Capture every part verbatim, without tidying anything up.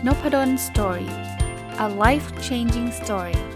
Nopadon Story. A life-changing story.ส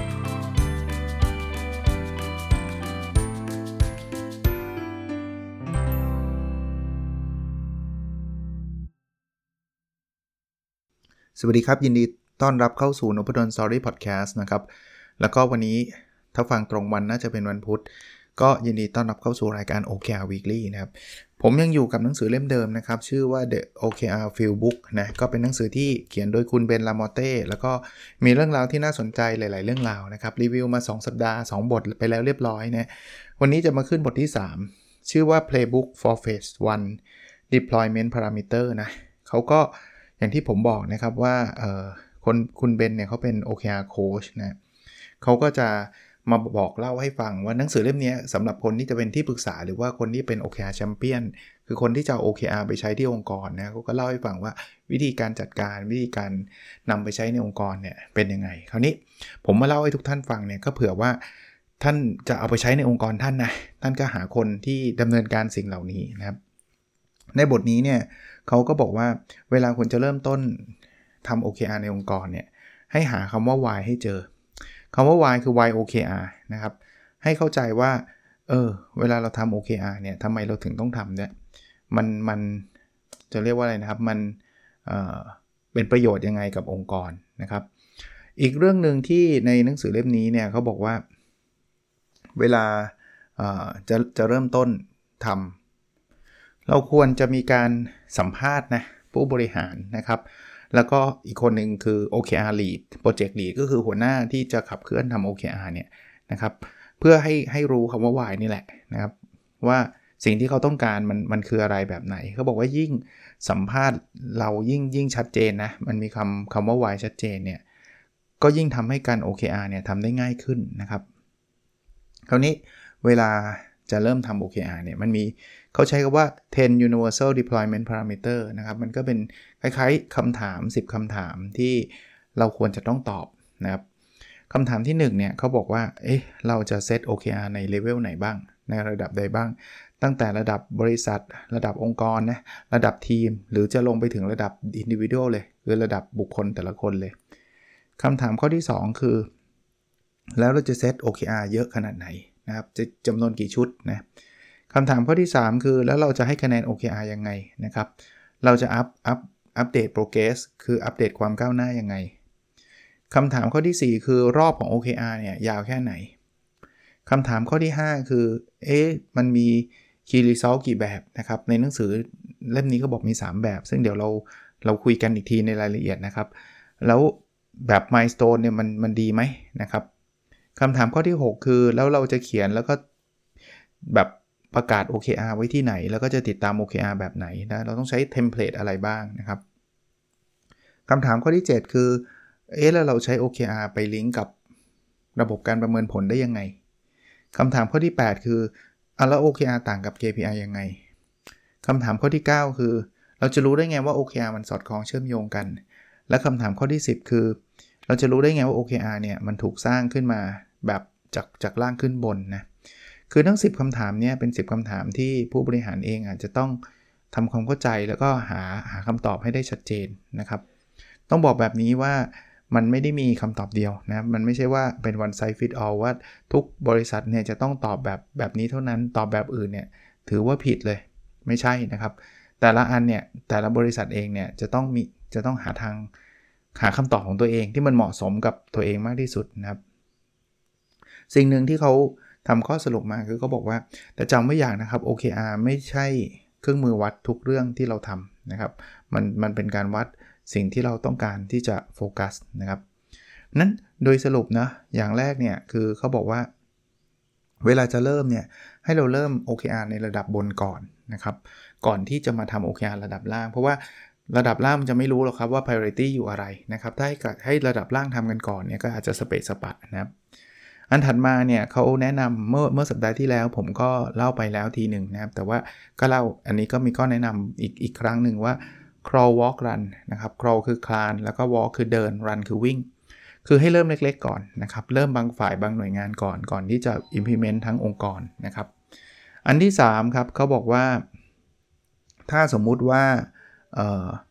วัสดีครับยินดีต้อนรับเข้าสู่ Nopadon Story Podcast นะครับแล้วก็วันนี้ถ้าฟังตรงวันน่าจะเป็นวันพุธก็ยินดีต้อนรับเข้าสู่รายการ โอ เค อาร์ Weekly นะครับผมยังอยู่กับหนังสือเล่มเดิมนะครับชื่อว่า The โอ เค อาร์ Field Book นะก็เป็นหนังสือที่เขียนโดยคุณเบน ลามอเต้แล้วก็มีเรื่องราวที่น่าสนใจหลายๆเรื่องราวนะครับรีวิวมาสองสัปดาห์สองบทไปแล้วเรียบร้อยนะวันนี้จะมาขึ้นบทที่สามชื่อว่า Playbook for Phase วัน Deployment Parameter นะเขาก็อย่างที่ผมบอกนะครับว่าเอ่อคนคุณเบนเนี่ยเขาเป็น โอ เค อาร์ Coach นะเขาก็จะมาบอกเล่าให้ฟังว่าหนังสือเล่มนี้สำหรับคนที่จะเป็นที่ปรึกษาหรือว่าคนที่เป็น โอ เค อาร์ Champion คือคนที่จะเอา โอ เค อาร์ ไปใช้ที่องค์กรนะเขาก็เล่าให้ฟังว่าวิธีการจัดการวิธีการนำไปใช้ในองค์กรเนี่ยเป็นยังไงคราวนี้ผมมาเล่าให้ทุกท่านฟังเนี่ยก็เผื่อว่าท่านจะเอาไปใช้ในองค์กรท่านนะท่านก็หาคนที่ดำเนินการสิ่งเหล่านี้นะครับในบทนี้เนี่ยเขาก็บอกว่าเวลาคุณจะเริ่มต้นทำ โอ เค อาร์ ในองค์กรเนี่ยให้หาคำว่า why ให้เจอคำว่า why คือ why โอ เค อาร์ นะครับให้เข้าใจว่าเออเวลาเราทำ โอ เค อาร์ เนี่ยทำไมเราถึงต้องทำเนี่ยมันมันจะเรียกว่าอะไรนะครับมันเอ่อเป็นประโยชน์ยังไงกับองค์กรนะครับอีกเรื่องนึงที่ในหนังสือเล่มนี้เนี่ยเขาบอกว่าเวลาเอ่อจะจะเริ่มต้นทำเราควรจะมีการสัมภาษณ์นะผู้บริหารนะครับแล้วก็อีกคนหนึ่งคือ โอ เค อาร์ Lead Project Lead ก็คือหัวหน้าที่จะขับเคลื่อนทำ โอ เค อาร์ เนี่ยนะครับเพื่อให้ให้รู้คำว่า why นี่แหละนะครับว่าสิ่งที่เขาต้องการมันมันคืออะไรแบบไหนเขาบอกว่ายิ่งสัมภาษณ์เรายิ่งยิ่งชัดเจนนะมันมีคำคำว่า why ชัดเจนเนี่ยก็ยิ่งทำให้การ โอ เค อาร์ เนี่ยทำได้ง่ายขึ้นนะครับคราวนี้เวลาจะเริ่มทำ โอ เค อาร์ เนี่ยมันมีเขาใช้คำว่าสิบ universal deployment parameter นะครับมันก็เป็นคล้ายๆคำถามสิบคำถามที่เราควรจะต้องตอบนะครับคำถามที่หนึ่งเนี่ยเขาบอกว่าเอ๊ะเราจะเซต โอ เค อาร์ ในเลเวลไหนบ้างในระดับใดบ้างตั้งแต่ระดับบริษัทระดับองค์กรนะระดับทีมหรือจะลงไปถึงระดับ individual เลยคือระดับบุคคลแต่ละคนเลยคำถามข้อที่สองคือแล้วเราจะเซต โอ เค อาร์ เยอะขนาดไหนนะครับจะจำนวนกี่ชุดนะคำถามข้อที่สามคือแล้วเราจะให้คะแนน โอ เค อาร์ ยังไงนะครับเราจะอัพอัพอัปเดต progress คืออัปเดตความก้าวหน้ายังไงคำถามข้อที่สี่คือรอบของ โอ เค อาร์ เนี่ยยาวแค่ไหนคำถามข้อที่ห้าคือเอ๊ะมันมี key result กี่แบบนะครับในหนังสือเล่มนี้ก็บอกมีสามแบบซึ่งเดี๋ยวเราเราคุยกันอีกทีในรายละเอียดนะครับแล้วแบบ milestone เนี่ยมันมันดีไหมนะครับคำถามข้อที่หกคือแล้วเราจะเขียนแล้วก็แบบประกาศ โอ เค อาร์ ไว้ที่ไหนแล้วก็จะติดตาม โอ เค อาร์ แบบไหนนะเราต้องใช้เทมเพลตอะไรบ้างนะครับคำถามข้อที่เจ็ดคือเอ๊ะแล้วเราใช้ โอ เค อาร์ ไปลิงก์กับระบบการประเมินผลได้ยังไงคำถามข้อที่แปดคืออ่ะแล้ว โอ เค อาร์ ต่างกับ เค พี ไอ ยังไงคำถามข้อที่เก้าคือเราจะรู้ได้ไงว่า โอ เค อาร์ มันสอดคล้องเชื่อมโยงกันและคำถามข้อที่สิบคือเราจะรู้ได้ไงว่า โอ เค อาร์ เนี่ยมันถูกสร้างขึ้นมาแบบจากจากล่างขึ้นบนนะคือทั้งสิบคำถามเนี่ยเป็นสิบคำถามที่ผู้บริหารเองอาจจะต้องทำความเข้าใจแล้วก็หาหาคำตอบให้ได้ชัดเจนนะครับต้องบอกแบบนี้ว่ามันไม่ได้มีคำตอบเดียวนะมันไม่ใช่ว่าเป็น one size fit all ว่าทุกบริษัทเนี่ยจะต้องตอบแบบแบบนี้เท่านั้นตอบแบบอื่นเนี่ยถือว่าผิดเลยไม่ใช่นะครับแต่ละอันเนี่ยแต่ละบริษัทเองเนี่ยจะต้องมีจะต้องหาทางหาคำตอบของตัวเองที่มันเหมาะสมกับตัวเองมากที่สุดนะครับสิ่งหนึ่งที่เขาทำข้อสรุปมาคือเขาบอกว่าแต่จำไว้อย่างนะครับ โอ เค อาร์ ไม่ใช่เครื่องมือวัดทุกเรื่องที่เราทำนะครับมันมันเป็นการวัดสิ่งที่เราต้องการที่จะโฟกัสนะครับนั้นโดยสรุปนะอย่างแรกเนี่ยคือเขาบอกว่าเวลาจะเริ่มเนี่ยให้เราเริ่ม โอ เค อาร์ ในระดับบนก่อนนะครับก่อนที่จะมาทำ โอ เค อาร์ ระดับล่างเพราะว่าระดับล่างมันจะไม่รู้หรอกครับว่า priority อยู่อะไรนะครับถ้าให้ให้ระดับล่างทำกันก่อนเนี่ยก็อาจจะสเปะสปะนะครับอันถัดมาเนี่ยเขาแนะนำเมื่อเมื่อสัปดาห์ที่แล้วผมก็เล่าไปแล้วทีหนึ่งนะครับแต่ว่าก็เล่าอันนี้ก็มีข้อแนะนำอีกอีกครั้งหนึ่งว่า crawl walk run นะครับ crawl คือคลานแล้วก็ walk คือเดิน run คือวิ่งคือให้เริ่มเล็กๆก่อนนะครับเริ่มบางฝ่ายบางหน่วยงานก่อนก่อนที่จะ implement ทั้งองค์กรนะครับอันที่สามครับเขาบอกว่าถ้าสมมุติว่าเอ่อ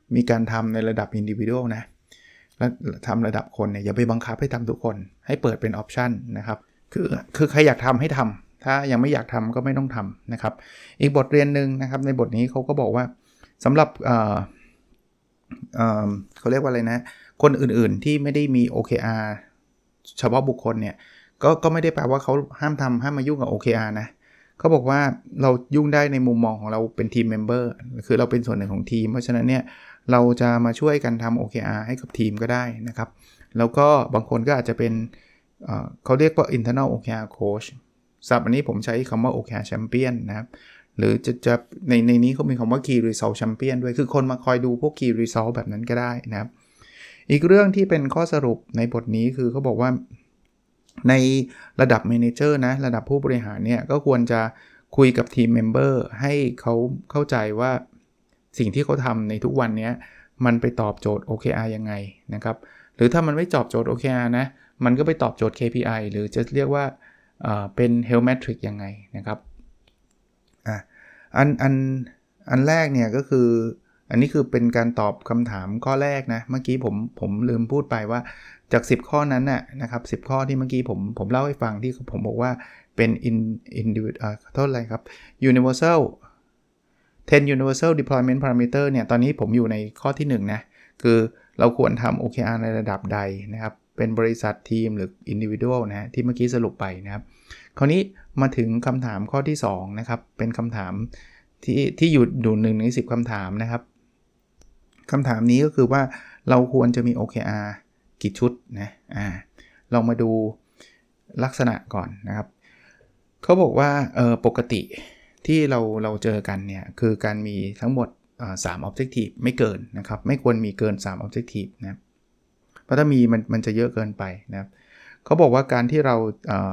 มีการทำในระดับ individual นะแล้วทำระดับคนเนี่ยอย่าไปบังคับให้ทำทุกคนให้เปิดเป็นออปชันนะครับคือคือใครอยากทำให้ทำถ้ายังไม่อยากทำก็ไม่ต้องทำนะครับอีกบทเรียนนึงนะครับในบทนี้เขาก็บอกว่าสำหรับเอ่อเอ่อเขาเรียกว่าอะไรนะคนอื่นๆที่ไม่ได้มี โอ เค อาร์ เฉพาะบุคคลเนี่ยก็ก็ไม่ได้แปลว่าเขาห้ามทำห้ามมายุ่งกับ โอ เค อาร์ นะเขาบอกว่าเรายุ่งได้ในมุมมองของเราเป็นทีมเมมเบอร์คือเราเป็นส่วนหนึ่งของทีมเพราะฉะนั้นเนี่ยเราจะมาช่วยกันทำ โอ เค อาร์ ให้กับทีมก็ได้นะครับแล้วก็บางคนก็อาจจะเป็น เอ่อเขาเรียกว่า internal โอ เค อาร์ coach ศัพท์อันนี้ผมใช้คำว่า โอ เค อาร์ champion นะครับหรือจะจะในในนี้เขามีคำว่า key result champion ด้วยคือคนมาคอยดูพวก key result แบบนั้นก็ได้นะครับอีกเรื่องที่เป็นข้อสรุปในบทนี้คือเขาบอกว่าในระดับ manager นะระดับผู้บริหารเนี่ยก็ควรจะคุยกับทีม member ให้เขาเข้าใจว่าสิ่งที่เขาทำในทุกวันนี้มันไปตอบโจทย์ โอ เค อาร์ ยังไงนะครับหรือถ้ามันไม่ตอบโจทย์ โอ เค อาร์ นะมันก็ไปตอบโจทย์ เค พี ไอ หรือจะเรียกว่าเอ่อเป็น health metric ยังไงนะครับอ่ะอันอันอันแรกเนี่ยก็คืออันนี้คือเป็นการตอบคำถามข้อแรกนะเมื่อกี้ผมผมลืมพูดไปว่าจากสิบข้อนั้นน่ะนะครับสิบข้อที่เมื่อกี้ผมผมเล่าให้ฟังที่ผมบอกว่าเป็น in individual อ่าเท่าไหร่ครับ universal สิบ universal deployment parameter เนี่ยตอนนี้ผมอยู่ในข้อที่หนึ่งนะคือเราควรทำ โอ เค อาร์ ในระดับใดนะครับเป็นบริษัททีมหรือ individual นะที่เมื่อกี้สรุปไปนะครับคราวนี้มาถึงคำถามข้อที่สองนะครับเป็นคำถามที่ที่อยู่ดูหนึ่งในสิบคำถามนะครับคำถามนี้ก็คือว่าเราควรจะมี โอ เค อาร์ กี่ชุดนะอ่าลองมาดูลักษณะก่อนนะครับเขาบอกว่าเออปกติที่เราเราเจอกันเนี่ยคือการมีทั้งหมดอ่าสาม objective ไม่เกินนะครับไม่ควรมีเกินสาม objective นะเพราะถ้ามีมันมันจะเยอะเกินไปนะครับเขาบอกว่าการที่เราเอ่อ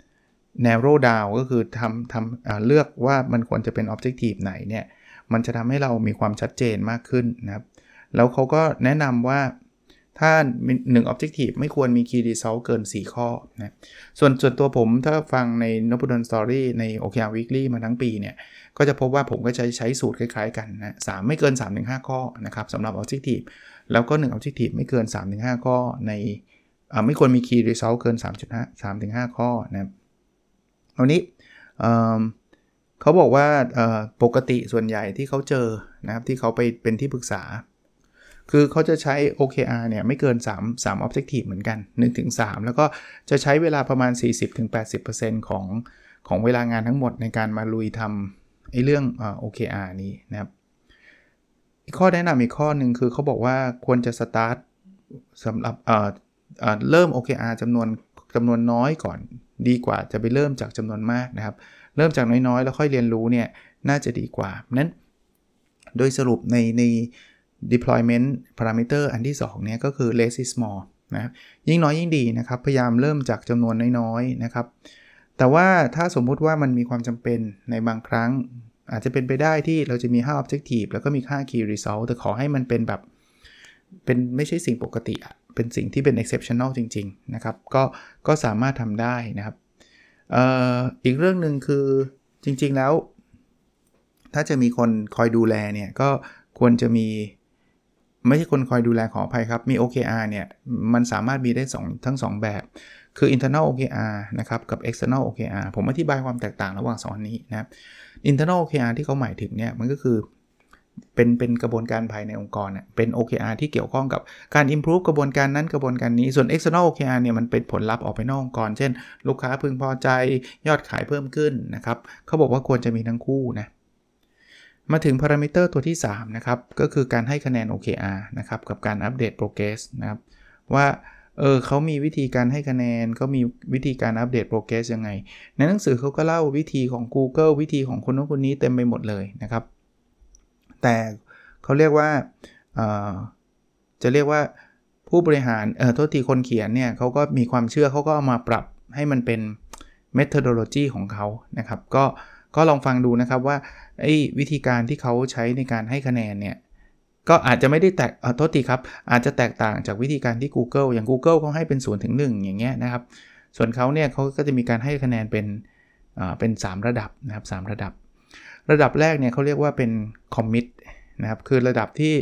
narrow down ก็คือทำทำเอ่อเลือกว่ามันควรจะเป็น objective ไหนเนี่ยมันจะทำให้เรามีความชัดเจนมากขึ้นนะครับแล้วเขาก็แนะนำว่าถ้าหนึ่ง objective ไม่ควรมี key result เกินสี่ข้อนะส่วนส่วนตัวผมถ้าฟังใน Nopodon Story ใน โอ เค อาร์ Weekly มาทั้งปีเนี่ยก็จะพบว่าผมก็ใช้ใช้สูตรคล้ายๆกันนะสามไม่เกิน สามถึงห้า ข้อนะครับสำหรับ objective แล้วก็หนึ่ง objective ไม่เกิน สามถึงห้า ข้อในอ่าไม่ควรมี key result เกิน สามจุดห้า สามถึงห้า ข้อนะครับคราวนี้เอ่อเขาบอกว่าเอ่อปกติส่วนใหญ่ที่เขาเจอนะครับที่เขาไปเป็นที่ปรึกษาคือเขาจะใช้ โอ เค อาร์ เนี่ยไม่เกินสาม สาม objective เหมือนกัน หนึ่งถึงสาม แล้วก็จะใช้เวลาประมาณ สี่สิบถึงแปดสิบเปอร์เซ็นต์ ของของเวลางานทั้งหมดในการมาลุยทำไอ้เรื่องเอ่อ โอ เค อาร์ นี้นะครับอีกข้อแนะนำอีกข้อหนึ่งคือเขาบอกว่าควรจะ start สำหรับเอ่อเอ่อเริ่ม โอ เค อาร์ จำนวนจำนวนน้อยก่อนดีกว่าจะไปเริ่มจากจำนวนมากนะครับเริ่มจากน้อยๆแล้วค่อยเรียนรู้เนี่ยน่าจะดีกว่านั้นโดยสรุปในในdeployment parameter อันที่สองเนี่ยก็คือ less is more นะครับยิ่งน้อยยิ่งดีนะครับพยายามเริ่มจากจำนวนน้อยๆนะครับแต่ว่าถ้าสมมุติว่ามันมีความจำเป็นในบางครั้งอาจจะเป็นไปได้ที่เราจะมีห้า objective แล้วก็มีค่า key result แต่ขอให้มันเป็นแบบเป็นไม่ใช่สิ่งปกติเป็นสิ่งที่เป็น exceptional จริงๆนะครับก็ก็สามารถทำได้นะครับเอ่ออีกเรื่องนึงคือจริงๆแล้วถ้าจะมีคนคอยดูแลเนี่ยก็ควรจะมีไม่ใช่คนคอยดูแลขออภัยครับมี โอ เค อาร์ เนี่ยมันสามารถมีได้สองทั้งสองแบบคือ internal โอ เค อาร์ นะครับกับ external โอ เค อาร์ ผมอธิบายความแตกต่างระหว่างสองอันนี้นะครับ internal โอ เค อาร์ ที่เขาหมายถึงเนี่ยมันก็คือเป็นเป็นกระบวนการภายในองค์กรเนี่ยเป็น โอ เค อาร์ ที่เกี่ยวข้องกับการ improve กระบวนการนั้นกระบวนการนี้ส่วน external โอ เค อาร์ เนี่ยมันเป็นผลลัพธ์ออกไปนอกองค์กรเช่นลูกค้าพึงพอใจยอดขายเพิ่มขึ้นนะครับเขาบอกว่าควรจะมีทั้งคู่นะมาถึงพารามิเตอร์ตัวที่สามนะครับก็คือการให้คะแนน โอ เค อาร์ นะครับกับการอัปเดต progress นะครับว่าเออเขามีวิธีการให้คะแนนเขามีวิธีการอัปเดต progress ยังไงในหนังสือเขาก็เล่าวิธีของ Google วิธีของคนนู้นคนนี้เต็มไปหมดเลยนะครับแต่เขาเรียกว่าเอ่อจะเรียกว่าผู้บริหารเอ่อโทษทีคนเขียนเนี่ยเขาก็มีความเชื่อเขาก็เอามาปรับให้มันเป็น methodology ของเขานะครับก็ก็ลองฟังดูนะครับว่าไอ้วิธีการที่เขาใช้ในการให้คะแนนเนี่ยก็อาจจะไม่ได้แตกเอ่อโทษทีครับอาจจะแตกต่างจากวิธีการที่ Google อย่าง Google เขาให้เป็นศูนย์ถึงหนึ่งอย่างเงี้ยนะครับส่วนเขาเนี่ยเขาก็จะมีการให้คะแนนเป็นอ่าเป็นสามระดับนะครับสามระดับระดับแรกเนี่ยเขาเรียกว่าเป็น commit นะครับคือระดับที่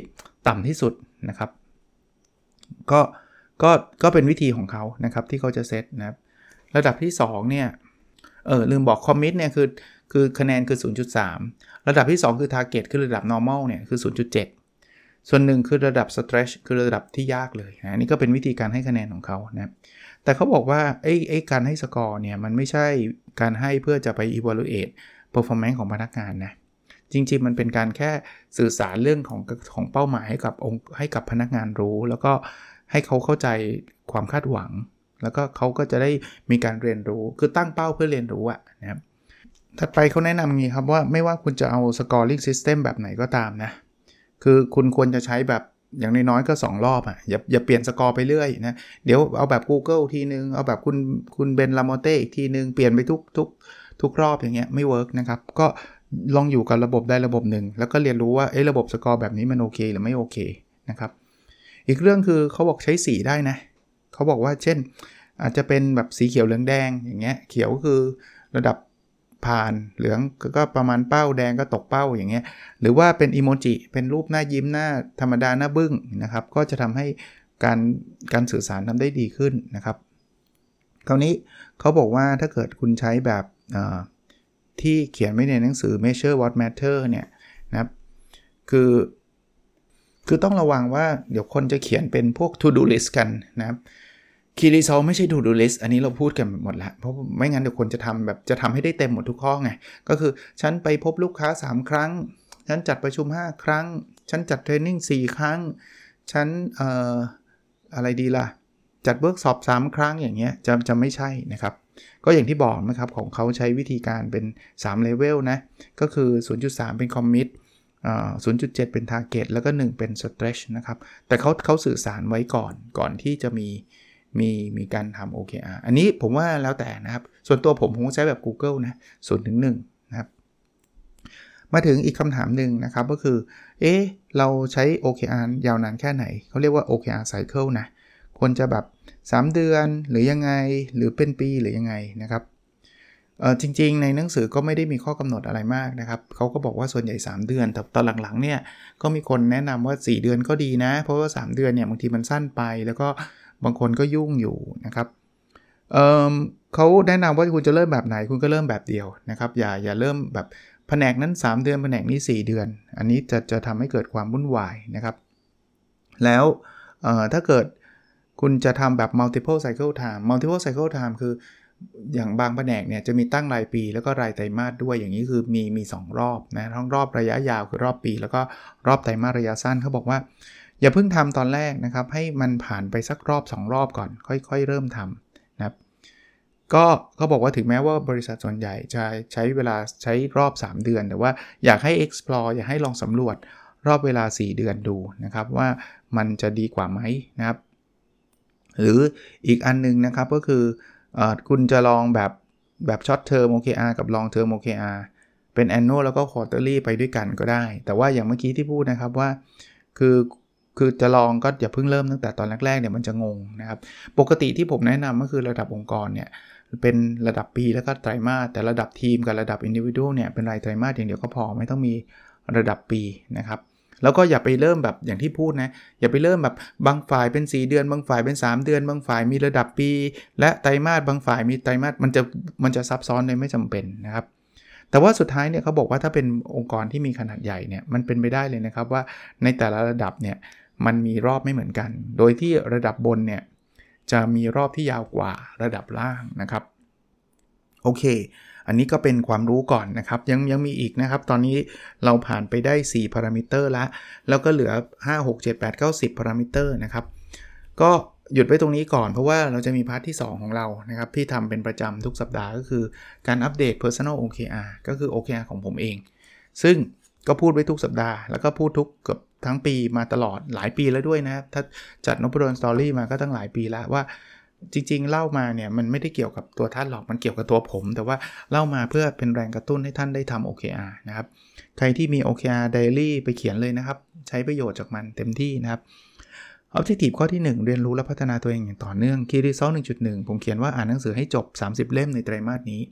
ต่ำที่สุดนะครับก็ก็ก็เป็นวิธีของเขานะครับที่เขาจะเซตนะครับระดับที่สองเนี่ยเออลืมบอก commit เนี่ยคือคือคะแนนคือ ศูนย์จุดสาม ระดับที่สองคือ target คือระดับ normal เนี่ยคือ ศูนย์จุดเจ็ด ส่วนหนึ่งคือระดับ stretch คือระดับที่ยากเลยนะนี่ก็เป็นวิธีการให้คะแนนของเขานะแต่เขาบอกว่าไอ้ไอ้การให้สกอร์เนี่ยมันไม่ใช่การให้เพื่อจะไป evaluate performance ของพนักงานนะจริงๆมันเป็นการแค่สื่อสารเรื่องของของเป้าหมายให้กับองค์ให้กับพนักงานรู้แล้วก็ให้เขาเข้าใจความคาดหวังแล้วก็เขาก็จะได้มีการเรียนรู้คือตั้งเป้าเพื่อเรียนรู้อะนะครับถัดไปเขาแนะนำอย่างนี้ครับว่าไม่ว่าคุณจะเอา scoring system แบบไหนก็ตามนะคือคุณควรจะใช้แบบอย่างน้อยๆก็สองรอบอ่ะอย่าอย่าเปลี่ยนสกอร์ไปเรื่อยนะเดี๋ยวเอาแบบ Google ทีนึงเอาแบบคุณคุณเบนลาโมเต้อีกทีนึงเปลี่ยนไปทุกทุกทุกรอบอย่างเงี้ยไม่เวิร์กนะครับก็ลองอยู่กับระบบใดระบบหนึ่งแล้วก็เรียนรู้ว่าเอ๊ะระบบสกอร์แบบนี้มันโอเคหรือไม่โอเคนะครับอีกเรื่องคือเขาบอกใช้สีได้นะเขาบอกว่าเช่นอาจจะเป็นแบบสีเขียวเหลืองแดงอย่างเงี้ยเขียวคือระดับผ่านเหลืองก็ประมาณเป้าแดงก็ตกเป้าอย่างเงี้ยหรือว่าเป็นอีโมจิเป็นรูปหน้ายิ้มหน้าธรรมดาหน้าบึ้งนะครับก็จะทำให้การการสื่อสารทำได้ดีขึ้นนะครับคราวนี้เขาบอกว่าถ้าเกิดคุณใช้แบบที่เขียนไว้ในหนังสือ measure what matter เนี่ยนะครับคือคือต้องระวังว่าเดี๋ยวคนจะเขียนเป็นพวก to do list กันนะครับKey Result ไม่ใช่ to do list อันนี้เราพูดกันหมดแล้วเพราะไม่งั้นเดี๋ยวคนจะทำแบบจะทำให้ได้เต็มหมดทุกข้อไงก็คือฉันไปพบลูกค้าสามครั้งฉันจัดประชุมห้าครั้งฉันจัดเทรนนิ่งสี่ครั้งฉันเอ่ออะไรดีล่ะจัดเวิร์กช็อปสามครั้งอย่างเงี้ยจะจะไม่ใช่นะครับก็อย่างที่บอกนะครับของเขาใช้วิธีการเป็นสามเลเวลนะก็คือ ศูนย์จุดสาม เป็น commit อ่า ศูนย์จุดเจ็ด เป็น target แล้วก็หนึ่งเป็น stretch นะครับแต่เขาเขาสื่อสารไว้ก่อนก่อนที่จะมีมีมีการทำ โอ เค อาร์ อันนี้ผมว่าแล้วแต่นะครับส่วนตัวผมผมใช้แบบ Google นะ ศูนย์ถึงหนึ่ง นะครับมาถึงอีกคำถามหนึ่งนะครับก็คือเอ๊ะเราใช้ โอ เค อาร์ ยาวนานแค่ไหนเขาเรียกว่า โอ เค อาร์ Cycle นะควรจะแบบสามเดือนหรือยังไงหรือเป็นปีหรือยังไงนะครับเอ่อจริงๆในหนังสือก็ไม่ได้มีข้อกำหนดอะไรมากนะครับเขาก็บอกว่าส่วนใหญ่สามเดือนแต่ตอนหลังๆเนี่ยก็มีคนแนะนำว่าสี่เดือนก็ดีนะเพราะว่าสามเดือนเนี่ยบางทีมันสั้นไปแล้วก็บางคนก็ยุ่งอยู่นะครับ เอ่อเขาแนะนำว่าคุณจะเริ่มแบบไหนคุณก็เริ่มแบบเดียวนะครับอย่าอย่าเริ่มแบบแผนกนั้นสามเดือนแผนกนี้สี่เดือนอันนี้จะจะทำให้เกิดความวุ่นวายนะครับแล้วเอ่อถ้าเกิดคุณจะทำแบบ multiple cycle time multiple cycle time คืออย่างบางแผนกเนี่ยจะมีตั้งรายปีแล้วก็รายไตรมาสด้วยอย่างนี้คือมีมีสองรอบนะทั้งรอบระยะยาวคือรอบปีแล้วก็รอบไตรมาสระยะสั้นเขาบอกว่าอย่าเพิ่งทำตอนแรกนะครับให้มันผ่านไปสักรอบสองรอบก่อนค่อยๆเริ่มทำนะครับก็เขาบอกว่าถึงแม้ว่าบริษัทส่วนใหญ่จะใช้เวลาใช้รอบสามเดือนแต่ว่าอยากให้ explore อยากให้ลองสำรวจรอบเวลาสี่เดือนดูนะครับว่ามันจะดีกว่าไหมนะครับหรืออีกอันนึงนะครับก็คือเอ่อคุณจะลองแบบแบบ short term โอ เค อาร์ กับ long term โอ เค อาร์ เป็น annual แล้วก็ quarterly ไปด้วยกันก็ได้แต่ว่าอย่างเมื่อกี้ที่พูดนะครับว่าคือคือจะลองก็อย่าเพิ่งเริ่มตั้งแต่ตอนแรกๆเนี่ยมันจะงงนะครับปกติที่ผมแนะนำก็คือระดับองค์กรเนี่ยเป็นระดับปีแล้วก็ไตรมาสแต่ระดับทีมกับระดับ individual เนี่ยเป็นรายไตรมาสอย่างเดียวก็พอไม่ต้องมีระดับปีนะครับแล้วก็อย่าไปเริ่มแบบอย่างที่พูดนะอย่าไปเริ่มแบบบางฝ่ายเป็นสี่เดือนบางฝ่ายเป็นสามเดือนบางฝ่ายมีระดับปีและไตรมาสบางฝ่ายมีไตรมาสมันจะมันจะซับซ้อนเลยไม่จำเป็นนะครับแต่ว่าสุดท้ายเนี่ยเขาบอกว่าถ้าเป็นองค์กรที่มีขนาดใหญ่เนี่ยมันเป็นไปได้เลยนะครับว่าในแต่ละระดับเนี่ยมันมีรอบไม่เหมือนกันโดยที่ระดับบนเนี่ยจะมีรอบที่ยาวกว่าระดับล่างนะครับโอเคอันนี้ก็เป็นความรู้ก่อนนะครับยังยังมีอีกนะครับตอนนี้เราผ่านไปได้สี่พารามิเตอร์แล้วแล้วก็เหลือห้า หก เจ็ด แปด เก้า สิบพารามิเตอร์นะครับก็หยุดไว้ตรงนี้ก่อนเพราะว่าเราจะมีพาร์ทที่สองของเรานะครับที่ทำเป็นประจำทุกสัปดาห์ก็คือการอัปเดต Personal โอ เค อาร์ ก็คือ โอ เค อาร์ ของผมเองซึ่งก็พูดไว้ทุกสัปดาห์แล้วก็พูดทุกเกือบทั้งปีมาตลอดหลายปีแล้วด้วยนะถ้าจัดนพดลสตอรี่มาก็ตั้งหลายปีแล้วว่าจริงๆเล่ามาเนี่ยมันไม่ได้เกี่ยวกับตัวท่านหรอกมันเกี่ยวกับตัวผมแต่ว่าเล่ามาเพื่อเป็นแรงกระตุ้นให้ท่านได้ทำ โอ เค อาร์ นะครับใครที่มี โอ เค อาร์ Diary ไปเขียนเลยนะครับใช้ประโยชน์จากมันเต็มที่นะครับ Objective ข้อที่หนึ่งเรียนรู้และพัฒนาตัวเองอย่างต่อเนื่อง Key Result หนึ่งจุดหนึ่ง ผมเขียนว่าอ่านหนังสือให้จบสามสิบเล่มในไตรมาสนี้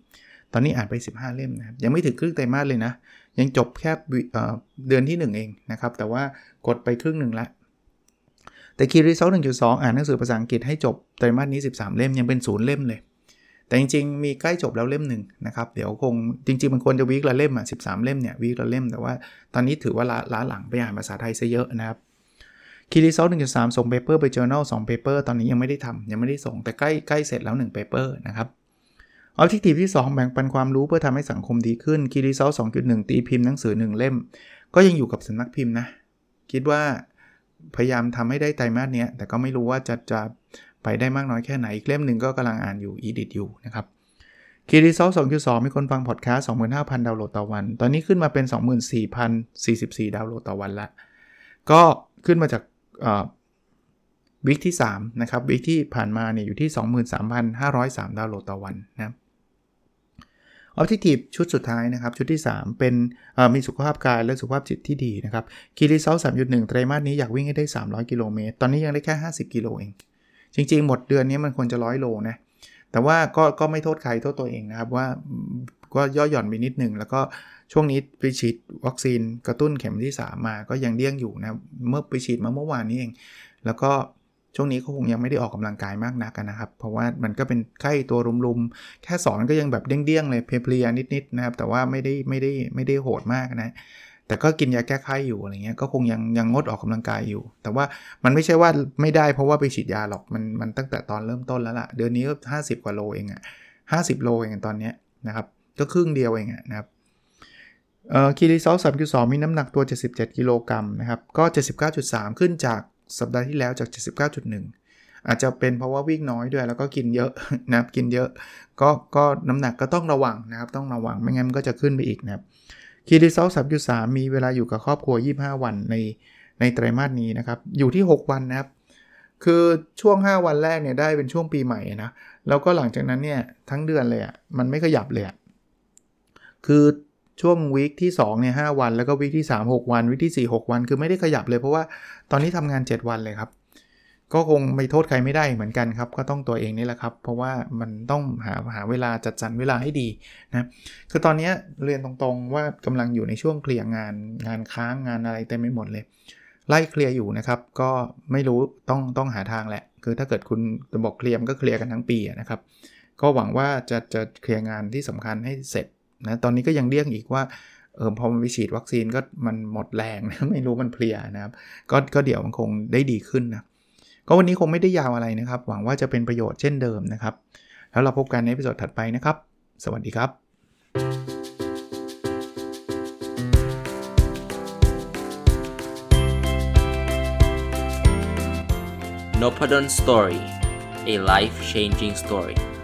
ตอนนี้อ่านไปสิบห้าเล่มนะครับยังไม่ถึงครึ่งไตรมาสเลยนะยังจบแค่เดือนที่หนึ่งเองนะครับแต่ว่ากดไปครึ่งนึงแล้วแต่ Key Result หนึ่งจุดสอง อ่านหนังสือภาษาอังกฤษให้จบไตรมาสนี้สิบสามเล่มยังเป็นศูนย์เล่มเลยแต่จริงๆมีใกล้จบแล้วเล่มนึงนะครับเดี๋ยวคงจริงๆมันควรจะวีคละเล่มอ่ะสิบสามเล่มเนี่ยวีคละเล่มแต่ว่าตอนนี้ถือว่าล้าหลังไปอ่านภาษาไทยซะเยอะนะครับ Key Result หนึ่งจุดสาม ส่ง paper ไป journal สอง paper ตอนนี้ยังไม่ได้ทำยังไม่ได้ส่งแต่ใกล้ใกล้เสร็จแล้วหนึ่ง paper นะครับObjective ที่สองแบ่งปันความรู้เพื่อทำให้สังคมดีขึ้น Key Result สองจุดหนึ่ง ตีพิมพ์หนังสือหนึ่งเล่มก็ยังอยู่กับสำนักพิมพ์นะคิดว่าพยายามทำให้ได้ไตรมาสนี้แต่ก็ไม่รู้ว่าจะจะไปได้มากน้อยแค่ไหนอีกเล่มหนึ่งก็กำลังอ่านอยู่ edit อยู่นะครับ Key Result สองจุดสอง มีคนฟังพอดแคสต์ สองหมื่นห้าพัน ดาวน์โหลดต่อวันตอนนี้ขึ้นมาเป็น สองหมื่นสี่พันสี่สิบสี่ ดาวน์โหลดต่อวันละก็ขึ้นมาจากเอ่อวีคที่สามนะครับวีคที่ผ่านมาเนี่ยอยู่ที่ สองหมื่นสามพันห้าร้อยสาม ดาวน์โหลดต่อวันนะครับObjective ชุดสุดท้ายนะครับชุดที่สามเป็นมีสุขภาพกายและสุขภาพจิตที่ดีนะครับ Key Result สามจุดหนึ่ง ไตรมาสนี้อยากวิ่งให้ได้สามร้อยกิโลเมตรตอนนี้ยังได้แค่ห้าสิบกิโลเองจริงๆหมดเดือนนี้มันควรจะหนึ่งร้อยโลนะแต่ว่าก็ก็ไม่โทษใครโทษตัวเองนะครับว่าก็ย่อหย่อนไปนิดนึงแล้วก็ช่วงนี้ไปฉีดวัคซีนกระตุ้นเข็มที่สามมาก็ยังเดี้ยงอยู่นะเมื่อไปฉีดมาเมื่อวานนี้เองแล้วก็ช่วงนี้เขาคงยังไม่ได้ออกกำลังกายมากนักนะครับเพราะว่ามันก็เป็นไข้ตัวรุมๆแค่สอนก็ยังแบบเดี้ยงๆเลยเพลียๆนิดๆนะครับแต่ว่าไม่ได้ไม่ได้ไม่ได้โหดมากนะแต่ก็กินยาแก้ไข้อยู่อะไรเงี้ยก็คงยังยังงดออกกำลังกายอยู่แต่ว่ามันไม่ใช่ว่าไม่ได้เพราะว่าไปฉีดยาหรอกมันมันตั้งแต่ตอนเริ่มต้นแล้วล่ะเดือนนี้ก็ห้าสิบกว่าโลเองอ่ะห้าสิบโลเองตอนเนี้ยนะครับก็ครึ่งเดียวเองอ่ะนะครับเอ่อ Key Result สามจุดสอง มีน้ำหนักตัวเจ็ดสิบเจ็ดกิโลกรัมนะครับก็ เจ็ดสิบเก้าจุดสาม ขึ้นจากสัปดาห์ที่แล้วจาก เจ็ดสิบเก้าจุดหนึ่ง อาจจะเป็นเพราะว่าวิ่งน้อยด้วยแล้วก็กินเยอะนะครับกินเยอะก็ก็น้ำหนักก็ต้องระวังนะครับต้องระวังไม่งั้นมันก็จะขึ้นไปอีกนะครับ Key Result สามจุดสาม มีเวลาอยู่กับครอบครัวยี่สิบห้าวันในในไตรมาสนี้นะครับอยู่ที่หกวันนะครับคือช่วงห้าวันแรกเนี่ยได้เป็นช่วงปีใหม่นะแล้วก็หลังจากนั้นเนี่ยทั้งเดือนเลยอ่ะมันไม่ขยับเลยอ่ะคือช่วงวีคที่สองเนี่ยห้าวันแล้วก็วีคที่สาม หกวันวีคที่สี่ หกวันคือไม่ได้ขยับเลยเพราะว่าตอนนี้ทำงานเจ็ดวันเลยครับก็คงไม่โทษใครไม่ได้เหมือนกันครับก็ต้องตัวเองนี่แหละครับเพราะว่ามันต้องหาหาเวลาจัดสรรเวลาให้ดีนะคือตอนนี้เรียนตรงๆว่ากำลังอยู่ในช่วงเคลียร์งานงานค้างงานอะไรเต็มไปหมดเลยไล่เคลียร์อยู่นะครับก็ไม่รู้ต้องต้องหาทางแหละคือถ้าเกิดคุณจะบอกเคลียร์ก็เคลียร์กันทั้งปีนะครับก็หวังว่าจะจะเคลียร์งานที่สำคัญให้เสร็จนะตอนนี้ก็ยังเลี่ยงอีกว่าเออพอมันไปฉีดวัคซีนก็มันหมดแรงนะไม่รู้มันเพลียนะครับก็ก็เดี๋ยวมันคงได้ดีขึ้นนะก็วันนี้คงไม่ได้ยาวอะไรนะครับหวังว่าจะเป็นประโยชน์เช่นเดิมนะครับแล้วเราพบกันในเอพิโซดถัดไปนะครับสวัสดีครับ Nopadon Story, a life-changing story